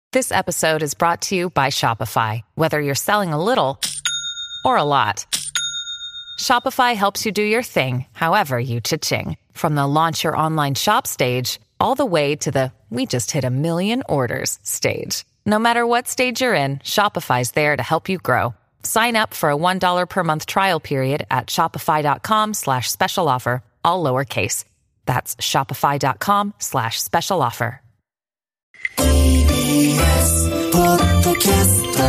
This episode is brought to you by Shopify. Whether you're selling a little or a lot, Shopify helps you do your thing, however you cha-ching. From the launch your online shop stage, all the way to the we just hit 1 million orders stage. No matter what stage you're in, Shopify's there to help you grow. Sign up for a $1 per month trial period at shopify.com/special offer, all lowercase. That's shopify.com/special offer. TBS ポッドキャスト、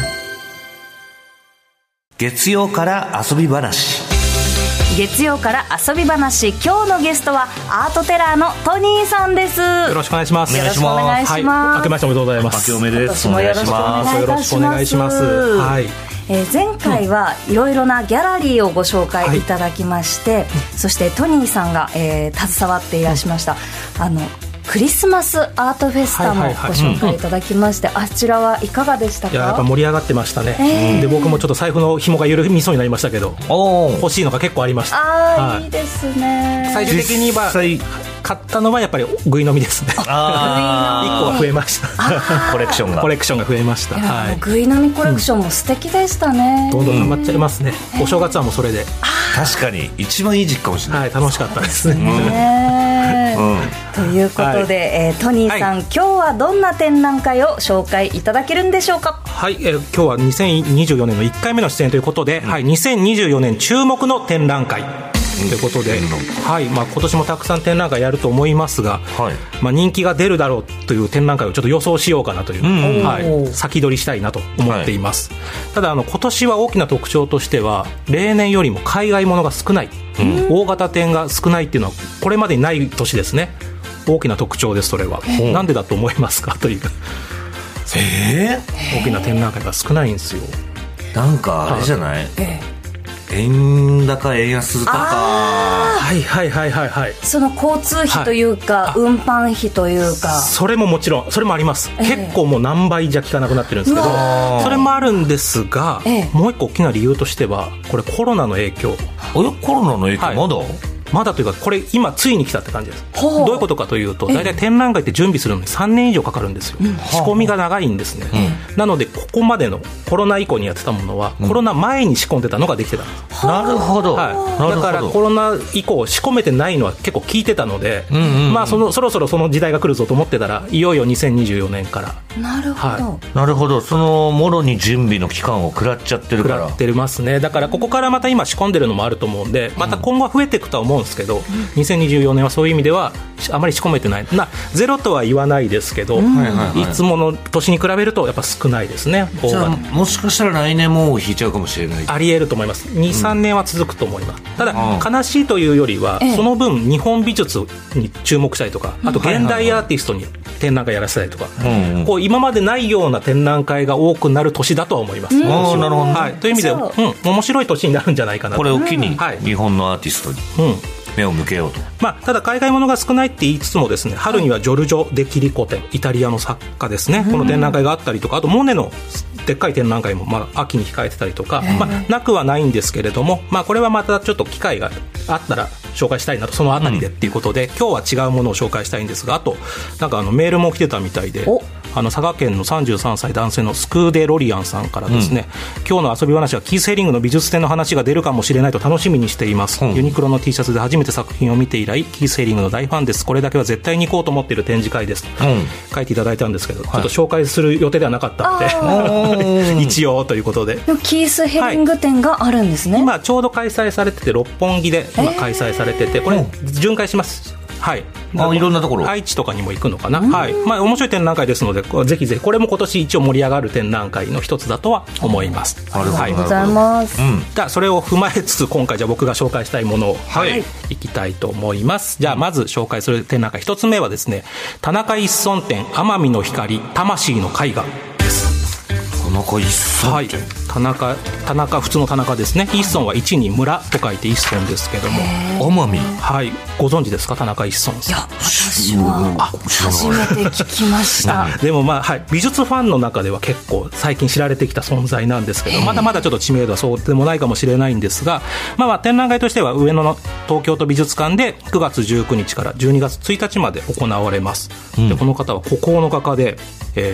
月曜から遊び話。 月曜から遊び話、今日のゲストはアートテラーのトニーさんです。 よろしくお願いします。 よろしくお願いします。 はい、明けましておめでとうございます。 明けおめです。 今年もよろしくお願いいたします。 よろしくお願いします。はい。 前回はいろいろなギャラリーをご紹介いただきまして、そしてトニーさんが、携わっていらっしゃいました、クリスマスアートフェスタもご紹介いただきまして、あちらはいかがでしたか？ いや、やっぱ盛り上がってましたね。で、僕もちょっと財布の紐が緩みそうになりましたけど、欲しいのが結構ありました。 はい、いいですね。 最終的には買ったのはやっぱりぐい飲みですね。1個が増えました。 コレクションが増えました。 はい、ぐい飲みコレクションも素敵でしたね。 どんどんハマっちゃいますね。お正月はもうそれで。 確かに一番いい時期かもしれない。 はい、楽しかったですね。 ということで、トニーさん、今日はどんな展覧会を紹介いただけるんでしょうか？ はい、今日は2024年の1回目の出演ということで、はい、2024年注目の展覧会ということで、はい、今年もたくさん展覧会やると思いますが、人気が出るだろうという展覧会をちょっと予想しようかなという、先取りしたいなと思っています。ただ今年は大きな特徴としては例年よりも海外ものが少ない、大型展が少ないっていうのはこれまでにない年ですね。大きな特徴です。それはなんでだと思いますかという、大きな展覧会が少ないんですよ。 なんかあれじゃない、円高円安とか、 はいはいはいはいはい、 その交通費というか、運搬費というか、 それももちろんそれもあります。結構もう何倍じゃ効かなくなってるんですけど、それもあるんですが、もう一個大きな理由としてはこれコロナの影響。 コロナの影響、 まだというか、これ今ついに来たって感じです。どういうことかというと、大体展覧会って準備するのに3年以上かかるんですよ。仕込みが長いんですね。なのでここまでのコロナ以降にやってたものは、コロナ前に仕込んでたのができてたんです。 なるほど、 だからコロナ以降仕込めてないのは結構効いてたので、そろそろその時代が来るぞと思ってたら、いよいよ2024年から。 なるほど、 なるほど。そのもろに準備の期間を食らっちゃってるから。 食らってますね。だからここからまた今仕込んでるのもあると思うんで、また今後は増えていくとは思うんですけど、2024年はそういう意味ではあまり仕込めてない。ゼロとは言わないですけど、いつもの年に比べるとやっぱ少ないですね。 じゃあもしかしたら来年も引いちゃうかもしれない。 ありえると思います。 2,3 年は続くと思います。ただ悲しいというよりは、その分日本美術に注目したりとか、あと現代アーティストに展覧会やらせたりとか、こう今までないような展覧会が多くなる年だとは思います。なるほど、という意味で、面白い年になるんじゃないかなと。 これを機に日本のアーティストに目を向けようと。 ただ海外ものが少ないって言いつつもですね、春にはジョルジョ・デ・キリコ展、イタリアの作家ですね、この展覧会があったりとか、あとモネのでっかい展覧会も秋に控えてたりとか、なくはないんですけれども、これはまたちょっと機会があったら紹介したいなと、そのあたりでっていうことで、今日は違うものを紹介したいんですが、あとなんかメールも来てたみたいで、佐賀県の33歳男性のスクーデ・ロリアンさんからですね、今日の遊び話はキース・ヘリングの美術展の話が出るかもしれないと楽しみにしています。ユニクロの T シャツで初めて作品を見て以来、キース・ヘリングの大ファンです。これだけは絶対に行こうと思っている展示会ですと、書いていただいたんですけど、ちょっと紹介する予定ではなかったので一応ということで、 キース・ヘリング展があるんですね。 今ちょうど開催されてて、六本木で今開催されてて、これ巡回します。はい、 いろんなところ、 愛知とかにも行くのかな。面白い展覧会ですので、ぜひぜひこれも今年一応盛り上がる展覧会の一つだとは思います。 ありがとうございます。 じゃあそれを踏まえつつ、今回じゃあ僕が紹介したいものをいきたいと思います。じゃあまず紹介する展覧会一つ目はですね、田中一村展奄美の光魂の絵画です。 田中一村展、 田中普通の田中ですね。一村は一に村と書いて一村ですけども、 奄美、 ご存知ですか、田中一村さん。 いや、私は初めて聞きましたでも美術ファンの中では結構最近知られてきた存在なんですけど、まだまだちょっと知名度はそうでもないかもしれないんですが、展覧会としては上野の東京都美術館で9月19日から12月1日まで行われます。でこの方は孤高の画家で、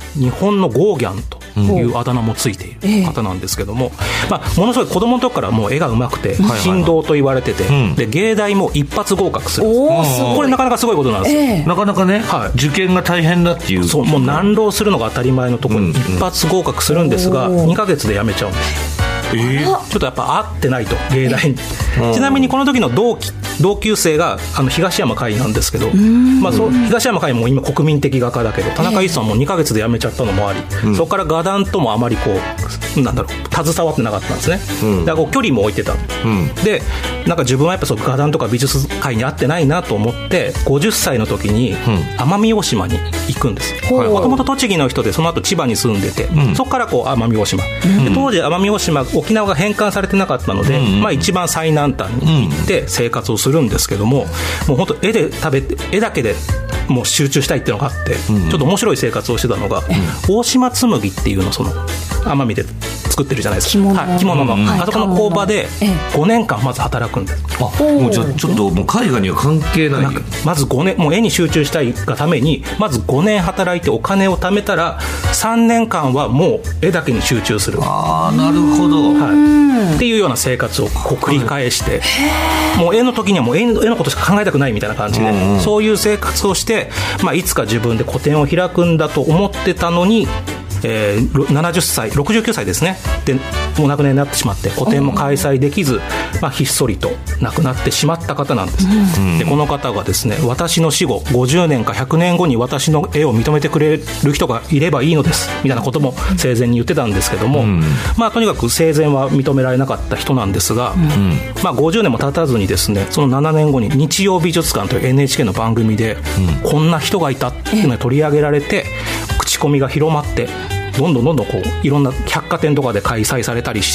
日本のゴーギャンというあだ名もついている方なんですけども、ものすごい子供の時からもう絵が上手くて神童と言われてて、で芸大も一発合格する。これなかなかすごいことなんですよ。 なかなかね、受験が大変だっていう。 そう、もう難浪するのが当たり前のところに一発合格するんですが、2ヶ月で辞めちゃうんです。ちょっとやっぱ合ってないと、芸大に。ちなみにこの時の同級生が東山海なんですけど、東山海も今国民的画家だけど、田中一村も2ヶ月で辞めちゃったのもあり、そこから画壇ともあまりこう携わってなかったんですね。だからこう距離も置いてた。でなんか自分はやっぱそう画壇とか美術界に合ってないなと思って、50歳の時に奄美大島に行くんです。もともと栃木の人で、その後千葉に住んでて、そこからこう奄美大島、で当時奄美大島沖縄が返還されてなかったので、一番最南端に行って生活をするんですけども、もう本当絵だけでもう集中したいっていうのがあって、ちょっと面白い生活をしてたのが、大島紬っていうのをその奄美で作ってるじゃないですか、着物の、あそこの工場で5年間まず働くんです。 もうじゃあちょっともう絵画には関係ない。 まず5年、もう絵に集中したいがためにまず5年働いてお金を貯めたら、3年間はもう絵だけに集中する。 なるほど、 っていうような生活をこう繰り返して、もう絵の時にはもう絵のことしか考えたくないみたいな感じで、そういう生活をして、いつか自分で個展を開くんだと思ってたのに、70歳69歳ですね、でもう亡くなりになってしまって、個展も開催できず、ひっそりと亡くなってしまった方なんです。でこの方がですね、私の死後50年か100年後に私の絵を認めてくれる人がいればいいのですみたいなことも生前に言ってたんですけども、とにかく生前は認められなかった人なんですが、50年も経たずにですね、その7年後に日曜美術館という NHK の番組で、こんな人がいたっていうのが取り上げられて、口コミが広まって、どんどんこういろんな百貨店とかで開催されたりして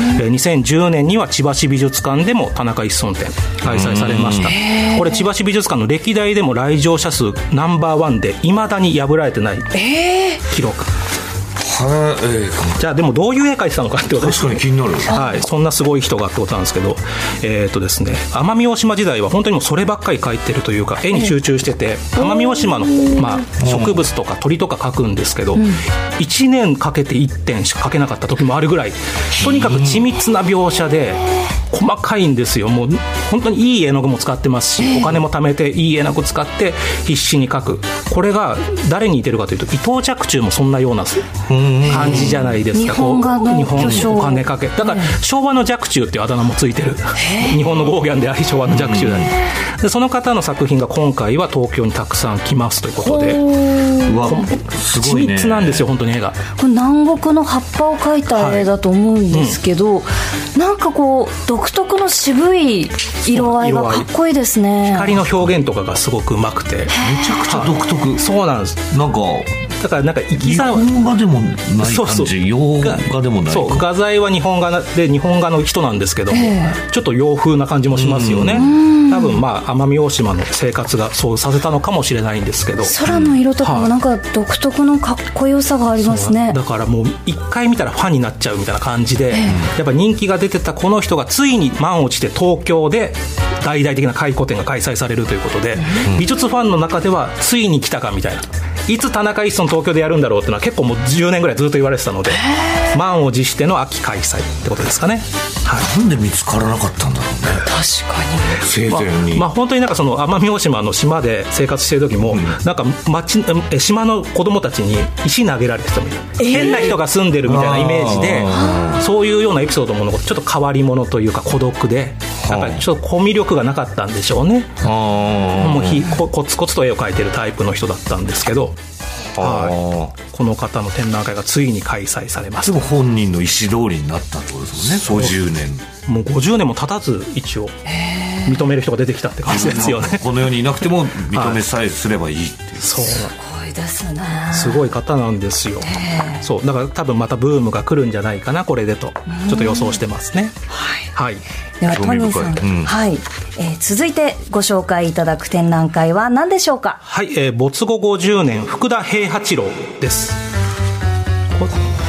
、2010年には千葉市美術館でも田中一村展開催されました。これ千葉市美術館の歴代でも来場者数ナンバーワンで、いまだに破られてない記録。じゃあでもどういう絵描いてたのかってことですね。 確かに気になる。 そんなすごい人がってことなんですけど、ですね、奄美大島時代は本当にもうそればっかり描いてるというか、絵に集中してて、奄美大島の、植物とか鳥とか描くんですけど、1年かけて1点しか描けなかった時もあるぐらい、とにかく緻密な描写で細かいんですよ。もう本当にいい絵の具も使ってますし、お金も貯めていい絵の具使って必死に描く。これが誰に似てるかというと、伊藤若冲もそんなような感じじゃないですか。 日本画の巨匠、 お金かけ、だから昭和の若冲っていうあだ名もついてる。日本のゴーギャンであり昭和の若冲であり、でその方の作品が今回は東京にたくさん来ますということで、 すごいね、 緻密なんですよ本当に絵が。 これ南国の葉っぱを描いた絵だと思うんですけど、なんかこう独特の渋い色合いがかっこいいですね。 光の表現とかがすごくうまくて、めちゃくちゃ独特。 そうなんです。だからなんか日本画でもない感じ、洋画でもない。 そう画材は日本画で日本画の人なんですけども、ちょっと洋風な感じもしますよね。多分奄美大島の生活がそうさせたのかもしれないんですけど、 空の色とかもなんか独特のかっこよさがありますね。 だからもう一回見たらファンになっちゃうみたいな感じで、やっぱ人気が出てたこの人がついに満を持して東京で大々的な回顧展が開催されるということで、美術ファンの中ではついに来たかみたいな、いつ田中一村東京でやるんだろうっていうのは結構もう10年ぐらいずっと言われてたので、満を持しての秋開催ってことですかね。 なんで見つからなかったんだろうね。 確かに生前に、 本当になんかその奄美大島の島で生活してる時も、なんか島の子供たちに石投げられてたみたいな、変な人が住んでるみたいなイメージで、そういうようなエピソードもちょっと変わり者というか孤独で、なんかちょっとコミュ力がなかったんでしょうね。もうコツコツと絵を描いてるタイプの人だったんですけど、この方の展覧会がついに開催されます。 でも本人の意思通りになったってことですもんね。50年もう50年も経たず一応認める人が出てきたって感じですよね。 この世にいなくても認めさえすればいいっていう、 そうすごいですね。 すごい方なんですよ。そうだから多分またブームが来るんじゃないかなこれでとちょっと予想してますね。はい、 ではトニーさん、続いてご紹介いただく展覧会は何でしょうか。 はい、没後50年福田平八郎です。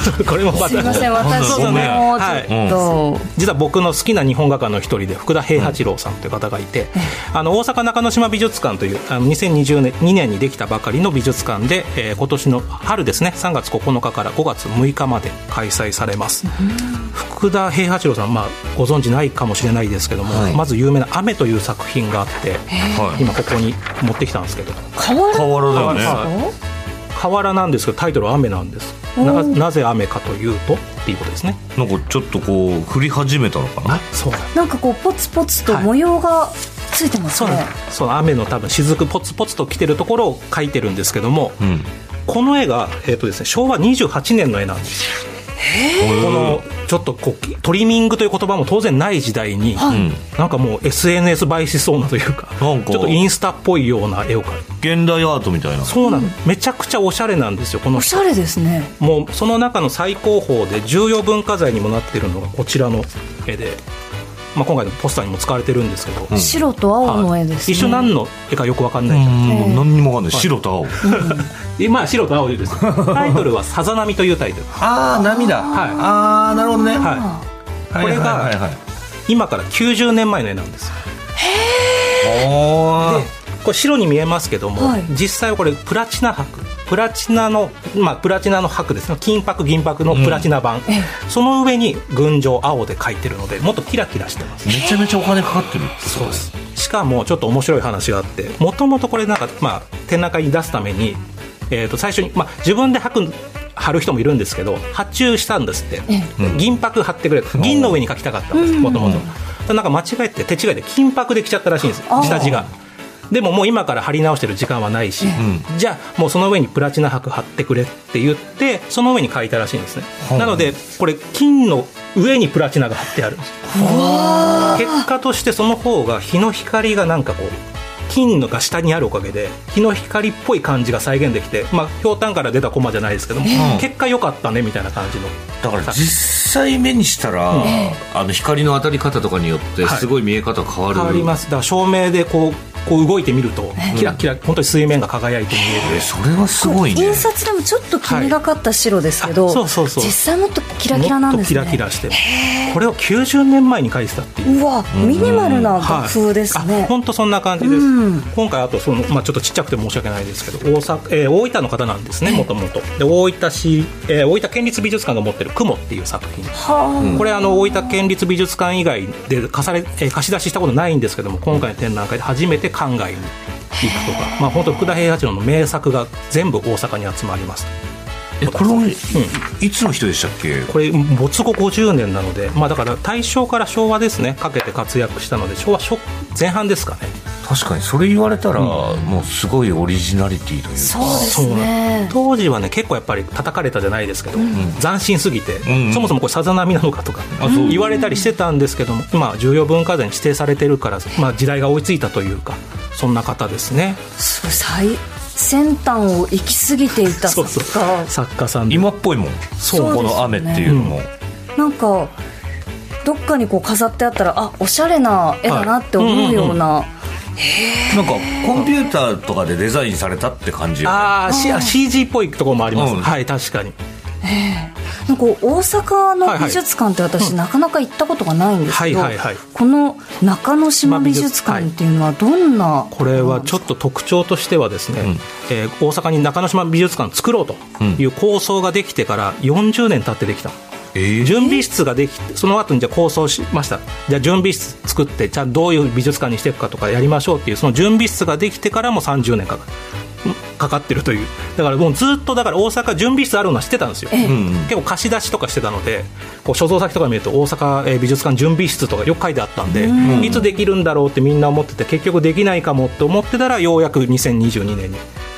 これもまたすいません、私もちょっと、 実は僕の好きな日本画家の一人で福田平八郎さんという方がいて、大阪中之島美術館という2022年にできたばかりの美術館で、今年の春ですね、3月9日から5月6日まで開催されます。福田平八郎さん、ご存知ないかもしれないですけども、まず有名な雨という作品があって、今ここに持ってきたんですけど、 瓦だよね。 瓦なんですけどタイトルは雨なんです。なぜ雨かというとっていうことですね。 なんかちょっとこう降り始めたのかな。 そうなんかこうポツポツと模様がついてますね。 そう雨の多分雫ポツポツと来てるところを描いてるんですけども、この絵が、ですね、昭和28年の絵なんです。このちょっとこうトリミングという言葉も当然ない時代に、なんかもう SNS 映えしそうなというか、ちょっとインスタっぽいような絵を描いて、 現代アートみたいな。 そうなの、めちゃくちゃおしゃれなんですよこの人。 おしゃれですね。 もうその中の最高峰で重要文化財にもなっているのがこちらの絵で、今回のポスターにも使われてるんですけど、 白と青の絵ですね。 一緒何の絵かよく分かんないじゃん。 何にも分かんない。白と青。 白と青です。タイトルはさざ波というタイトル。 波だ。なるほどね。 これが今から90年前の絵なんです。でこれ白に見えますけども、実際はこれプラチナ箔、プラチナの箔ですね。金箔銀箔のプラチナ版、その上に群青青で描いてるのでもっとキラキラしてます。 めちゃめちゃお金かかってる。 そうです。しかもちょっと面白い話があって、もともとこれなんか、展覧会に出すために、最初に、自分で貼る人もいるんですけど、発注したんですって、銀箔貼ってくれと、銀の上に描きたかったんですもともと。なんか間違えて手違いで金箔できちゃったらしいんです、下地が。でももう今から貼り直してる時間はないし、じゃあもうその上にプラチナ箔貼ってくれって言って、その上に描いたらしいんですね。なのでこれ金の上にプラチナが貼ってあるんです。結果としてその方が日の光がなんかこう金のが下にあるおかげで日の光っぽい感じが再現できて、ひょうたんから出たコマじゃないですけども、結果良かったねみたいな感じの。 だから実際目にしたら、光の当たり方とかによってすごい見え方変わる。 変わります。だから照明でこう動いてみるとキラキラ、本当に水面が輝いて見える。 それはすごいね。 印刷でもちょっと黄みがかった白ですけど、 そう実際もっとキラキラなんですね。 もっとキラキラしてる。これを90年前に描いてたっていう。 うわ、ミニマルな工夫ですね。 本当そんな感じです。今回あとちょっとちっちゃくて申し訳ないですけど、大分の方なんですね、もともと。で大分県立美術館が持ってる雲っていう作品、これ大分県立美術館以外で貸し出ししたことないんですけども、今回の展覧会で初没海外に行くとか、本当福田平八郎の名作が全部大阪に集まります。 これいつの人でしたっけ。 これ没後50年なので、だから大正から昭和ですねかけて活躍したので、昭和前半ですかね。 確かにそれ言われたら、もうすごいオリジナリティというか。 そうですね。 当時はね結構やっぱり叩かれたじゃないですけど、斬新すぎて、そもそもこれさざ波なのかとか言われたりしてたんですけども、今重要文化財に指定されてるから、時代が追いついたというか、そんな方ですね。 最先端を行き過ぎていた作家さんで、 今っぽいもん。この雨っていうのも、 なんかどっかにこう飾ってあったら、おしゃれな絵だなって思うような、 なんかコンピューターとかでデザインされたって感じよね。 CG っぽいところもあります、確かに。 なんか大阪の美術館って私、なかなか行ったことがないんですけど、この中之島美術館っていうのはどんな。 これはちょっと特徴としてはですね、大阪に中之島美術館作ろうという構想ができてから40年経ってできた。準備室ができて、その後にじゃあ構想しました。じゃあ準備室作って、じゃあどういう美術館にしていくかとかやりましょうっていう、その準備室ができてからも30年かかってるという。だからもうずっと、だから大阪準備室あるのは知ってたんですよ。結構貸し出しとかしてたので、こう所蔵先とか見ると大阪美術館準備室とかよく書いてあったんで、いつできるんだろうってみんな思ってて、結局できないかもって思ってたら、ようやく2022年に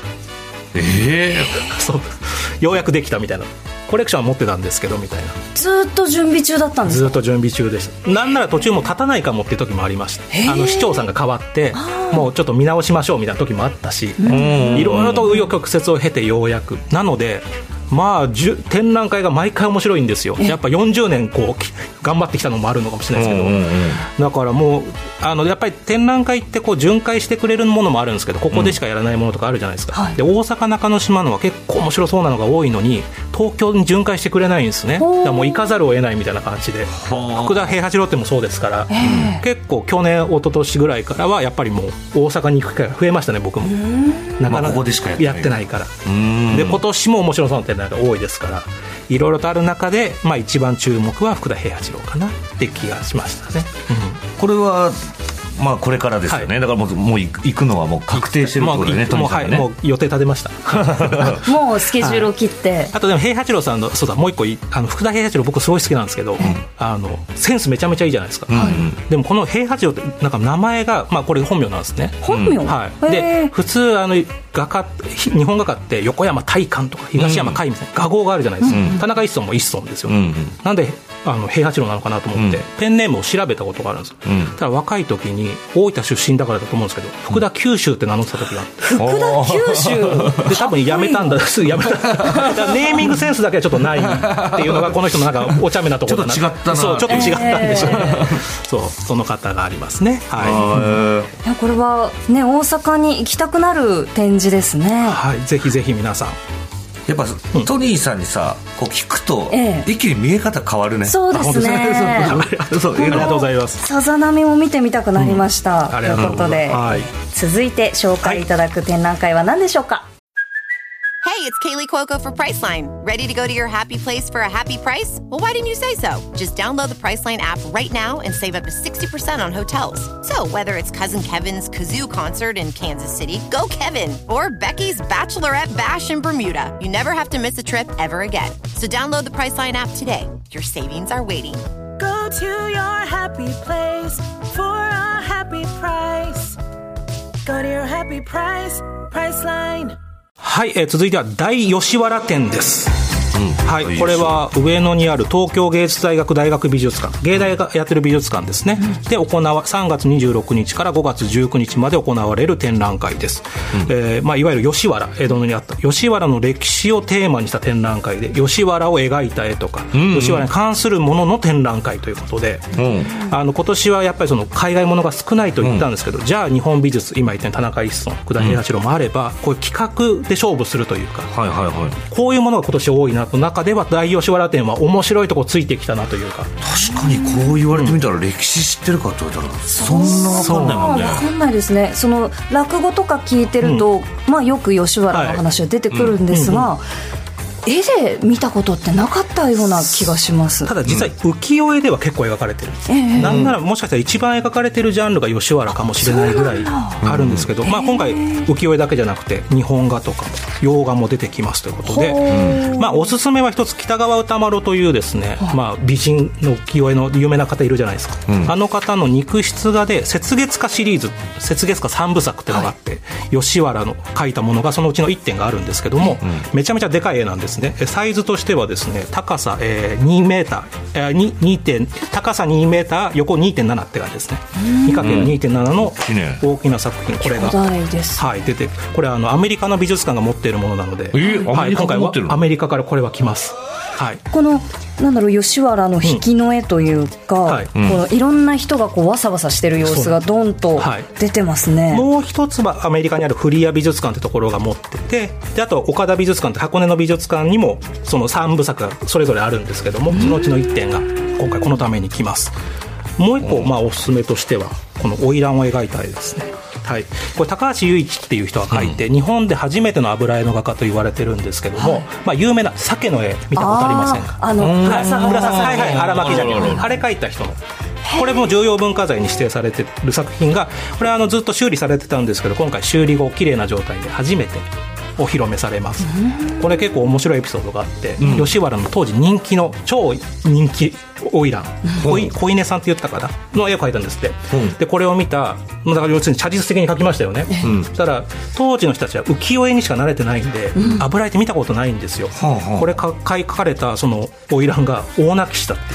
そうようやくできたみたいな。コレクションは持ってたんですけどみたいな。 ずっと準備中だったんですか。 ずっと準備中でした。なんなら途中も立たないかもっていう時もありました。市長さんが変わってもうちょっと見直しましょうみたいな時もあったし、いろいろと紆余曲折を経てようやくなので、 まあ展覧会が毎回面白いんですよ。やっぱ40年こう頑張ってきたのもあるのかもしれないですけど、だからもうやっぱり展覧会ってこう巡回してくれるものもあるんですけど、ここでしかやらないものとかあるじゃないですか、で大阪中之島のは結構面白そうなのが多いのに東京に巡回してくれないんですね。だからもう行かざるを得ないみたいな感じで、福田平八郎店もそうですから、結構去年一昨年ぐらいからはやっぱりもう大阪に行く機会が増えましたね。僕もなかなかここでしかやってないから。で今年も面白そうな展覧会が多いですから、いろいろとある中で、まあ、一番注目は福田平八郎かなって気がしましたね。 これはまあこれからですよね、だからもう行くのはもう確定してるってことでね、トニーさんがね。 もう予定立てましたもうスケジュールを切って、 あとでも平八郎さんのそうだもう一個福田平八郎僕すごい好きなんですけど、センスめちゃめちゃいいじゃないですか、でもこの平八郎ってなんか名前が、まあ、これ本名なんですね。 本名、 で普通画家日本画家って横山大観とか東山海みたいな画号があるじゃないですか、田中一村も一村ですよ、なんで平八郎なのかなと思って、ペンネームを調べたことがあるんですよ、ただ若い時に大分出身だからだと思うんですけど、福田九州って名乗ってた時があって、 福田九州で多分やめたんだすぐやめたネーミングセンスだけはちょっとないっていうのがこの人のなんかお茶目なところだな、 ちょっと違ったな、 そうちょっと違ったんでしょうね、その方がありますね。 いやこれはね大阪に行きたくなる展示ですね。 ぜひぜひ皆さんやっぱトニーさんにさこう聞くと一気に見え方変わるね。 そうですね。 ありがとうございます。 さざ波も見てみたくなりました、ということで、続いて紹介いただく展覧会は何でしょうか。 Hey, it's Kaylee Cuoco for Priceline. Ready to go to your happy place for a happy price? Well, why didn't you say so? Just download the Priceline app right now and save up to 60% on hotels. So whether it's Cousin Kevin's Kazoo Concert in Kansas City, go Kevin, or Becky's Bachelorette Bash in Bermuda, you never have to miss a trip ever again. So download the Priceline app today. Your savings are waiting. Go to your happy place for a happy price. Go to your happy price, Priceline. はい、続いては大吉原展です。これは上野にある東京芸術大学大学美術館、芸大がやってる美術館ですね、で3月26日から5月19日まで行われる展覧会です、いわゆる吉原、江戸にあった吉原の歴史をテーマにした展覧会で、吉原を描いた絵とか、吉原に関するものの展覧会ということで、今年はやっぱりその海外ものが少ないと言ったんですけど、じゃあ日本美術、今言ったように田中一村、福田平八郎もあれば、こういう企画で勝負するというか、こういうものが今年多いなと、中では大吉原展は面白いとこついてきたなというか。 確かにこう言われてみたら、歴史知ってるかって言われたらそんな分かんないもんね。 分かんないですね。その落語とか聞いてると、よく吉原の話は出てくるんですが、絵で見たことってなかったような気がします。 ただ実際浮世絵では結構描かれてる、なんならもしかしたら一番描かれてるジャンルが吉原かもしれないぐらいあるんですけど、今回浮世絵だけじゃなくて日本画とか洋画も出てきますということで、おすすめは一つ北川歌麿というですね、美人の浮世絵の有名な方いるじゃないですか、あの方の肉筆画で雪月花シリーズ、雪月花3部作っていうのがあって、吉原の描いたものがそのうちの1点があるんですけども、めちゃめちゃでかい絵なんです。サイズとしてはですね、高さ2メーター、高さ2メーター、横 2.7 って感じですね。2×2.7 の大きな作品、これが出て、これはアメリカの美術館が持っているものなので、今回はアメリカからこれは来ます。 この吉原の引きの絵というか、このいろんな人がこうわさわさしてる様子がドンと出てますね。 もう一つはアメリカにあるフリア美術館ってところが持ってて、であと岡田美術館って箱根の美術館にもその3部作がそれぞれあるんですけども、そのうちの1点が今回このために来ます。もう一個おすすめとしてはこの花魁を描いた絵ですね。これ高橋由一っていう人が描いて、日本で初めての油絵の画家と言われてるんですけども、有名な鮭の絵見たことありませんか。荒巻鮭、あれ描いた人の、これも重要文化財に指定されてる作品が、これはずっと修理されてたんですけど、今回修理後綺麗な状態で初めてお披露目されます。これ結構面白いエピソードがあって、吉原の当時人気の超人気花魁、小稲さんって言ったかなの絵を描いたんですって、でこれを見た、だから要するに写実的に描きましたよね。そしたら当時の人たちは浮世絵にしか慣れてないんで、油絵って見たことないんですよ。これ描かれたその花魁が大泣きしたって、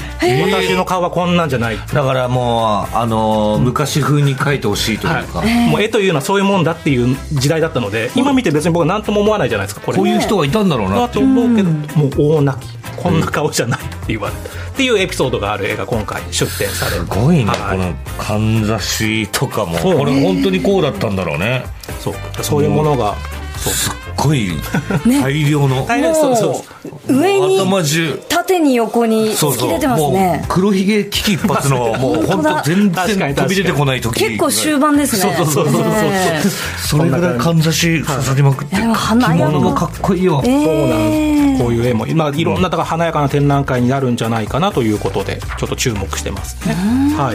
私の顔はこんなんじゃない、 だからもう昔風に描いてほしいというか、 もう絵というのはそういうもんだっていう時代だったので、今見て別に僕は何ととも思わないじゃないですか、これこういう人がいたんだろうなだと思うけど、もう大泣き、こんな顔じゃないって言われたっていうエピソードがある映画今回出展される。 すごいね、 はい、 このかんざしとかもこれ本当にこうだったんだろうね。 そういうものがすっごい大量の、 上に頭中縦に横に突き出てますね。 もう黒ひげ危機一髪のもう本当全然飛び出てこない時、 結構終盤ですね。 そうそれぐらいかんざし刺さりまくって、着物もかっこいいよ。 そうなんこういう絵も今いろんなだから華やかな展覧会になるんじゃないかなということでちょっと注目してますね。はい。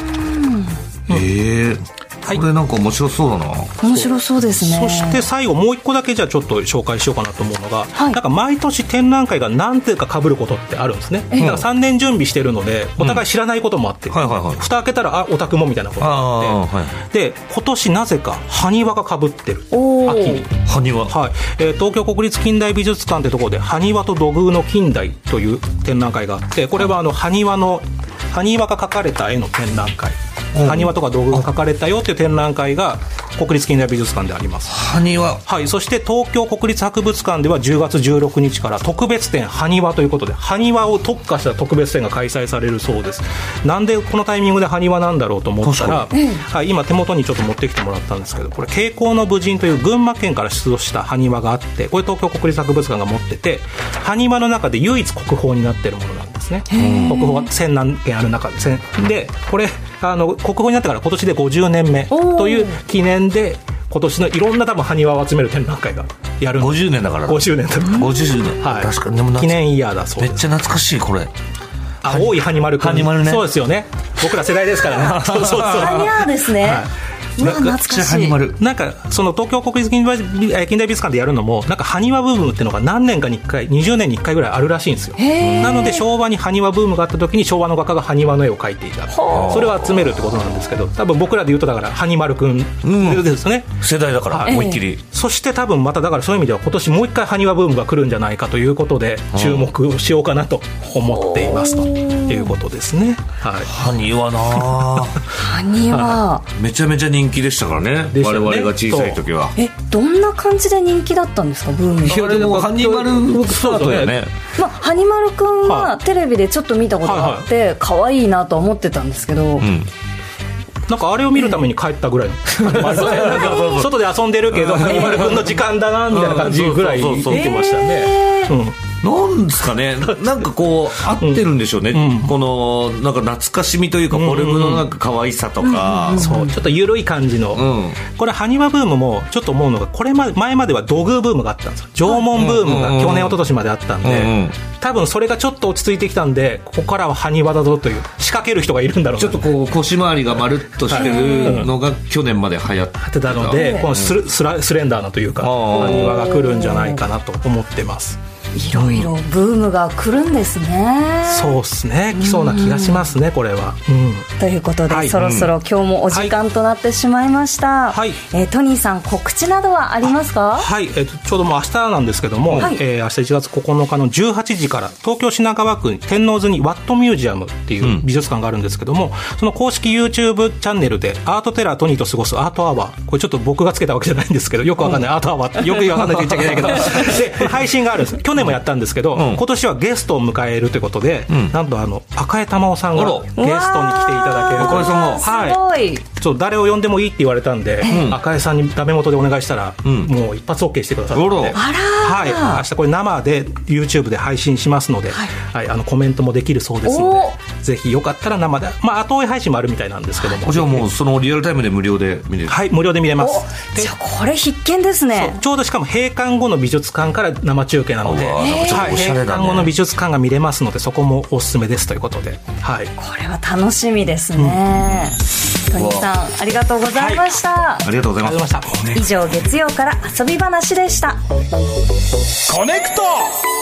これなんか面白そうだな。 面白そうですね。 そして最後もう一個だけじゃあちょっと紹介しようかなと思うのが、なんか毎年展覧会が何ていうか被ることってあるんですね。だから3年準備してるのでお互い知らないこともあって、蓋開けたらオタクもみたいなことがあって、で今年なぜか埴輪が被ってる。秋に埴輪、 東京国立近代美術館ってところで埴輪と土偶の近代という展覧会があって、これは埴輪が描かれた絵の展覧会、埴輪とか道具が描かれたよという展覧会が国立近代美術館であります。 埴輪、 はい。そして東京国立博物館では10月16日から特別展埴輪ということで埴輪を特化した特別展が開催されるそうです。なんでこのタイミングで埴輪なんだろうと思ったら、今手元にちょっと持ってきてもらったんですけど、これ慶光の武人という群馬県から出土した埴輪があって、これ東京国立博物館が持ってて、埴輪の中で唯一国宝になっているものなんですね。国宝が1000何件ある中で、これ国宝になってから今年で50年目という記念で今年のいろんな多分埴輪を集める展覧会がやる。 50年だから 50年だから 50年、 はい、 確かにでも記念イヤーだそうです。 めっちゃ懐かしいこれ。 大井埴丸くん、ね、そうですよね、僕ら世代ですからねそう埴輪ですね、懐かしい。 なんかその東京国立近代美術館でやるのもなんか埴輪ブームっていうのが何年かに1回20年に1回ぐらいあるらしいんですよ。なので昭和に埴輪ブームがあった時に昭和の画家が埴輪の絵を描いていた、それを集めるってことなんですけど、多分僕らで言うとだから埴丸くんですね、 世代だから思いっきり、 そして多分まただからそういう意味では今年もう一回埴輪ブームが来るんじゃないかということで注目しようかなと思っていますということですね。 埴輪な埴輪めちゃめちゃ人気でしたからね、我々が小さい時は。 どんな感じで人気だったんですか、ブーム。 いやでもハニマルスタートやね。 ハニマルくんはテレビでちょっと見たことがあって可愛いなと思ってたんですけど、 なんかあれを見るために帰ったぐらいの外で遊んでるけどハニマルくんの時間だなみたいな感じぐらい見てましたね。 なんですかね、なんかこう合ってるんでしょうね、このなんか懐かしみというかフォルムのなんか可愛さとか、 そうちょっと緩い感じの、これ埴輪ブームもちょっと思うのが、これ前までは土偶ブームがあったんですよ。縄文ブームが去年一昨年まであったんで、多分それがちょっと落ち着いてきたんで、ここからは埴輪だぞという仕掛ける人がいるんだろうな。 ちょっとこう腰回りがまるっとしてるのが去年まで流行ってたので、このスレンダーなというか埴輪が来るんじゃないかなと思ってます。 いろいろブームが来るんですね。 そうですね、来そうな気がしますね、これは。 ということで、そろそろ今日もお時間となってしまいました。トニーさん、告知などはありますか？ ちょうどもう明日なんですけども、明日1月9日の18時から東京品川区天王洲にワットミュージアムっていう美術館があるんですけども、その公式 YouTube チャンネルでアートテラートニーと過ごすアートアワー、これちょっと僕がつけたわけじゃないんですけど、よくわかんないアートアワーってよくわかんないって言っちゃいけないけどでこれ配信があるんです。去年もやったんですけど、今年はゲストを迎えるということで、なんと赤江珠緒さんがゲストに来ていただける。 赤江さんもすごい、 誰を呼んでもいいって言われたんで、赤江さんにダメ元でお願いしたら、もう一発 OK してくださって、明日これ生で YouTube で配信しますので、コメントもできるそうですので、ぜひよかったら生で、後追い配信もあるみたいなんですけども、 じゃあもうそのリアルタイムで無料で見れる。 無料で見れます。 じゃあこれ必見ですね。 ちょうどしかも閉館後の美術館から生中継なので、閉館後の美術館が見れますので、そこもおすすめですということで、 これは楽しみですね。トニーさん、ありがとうございました。 ありがとうございました。 以上、月曜から遊び話でした。 コネクト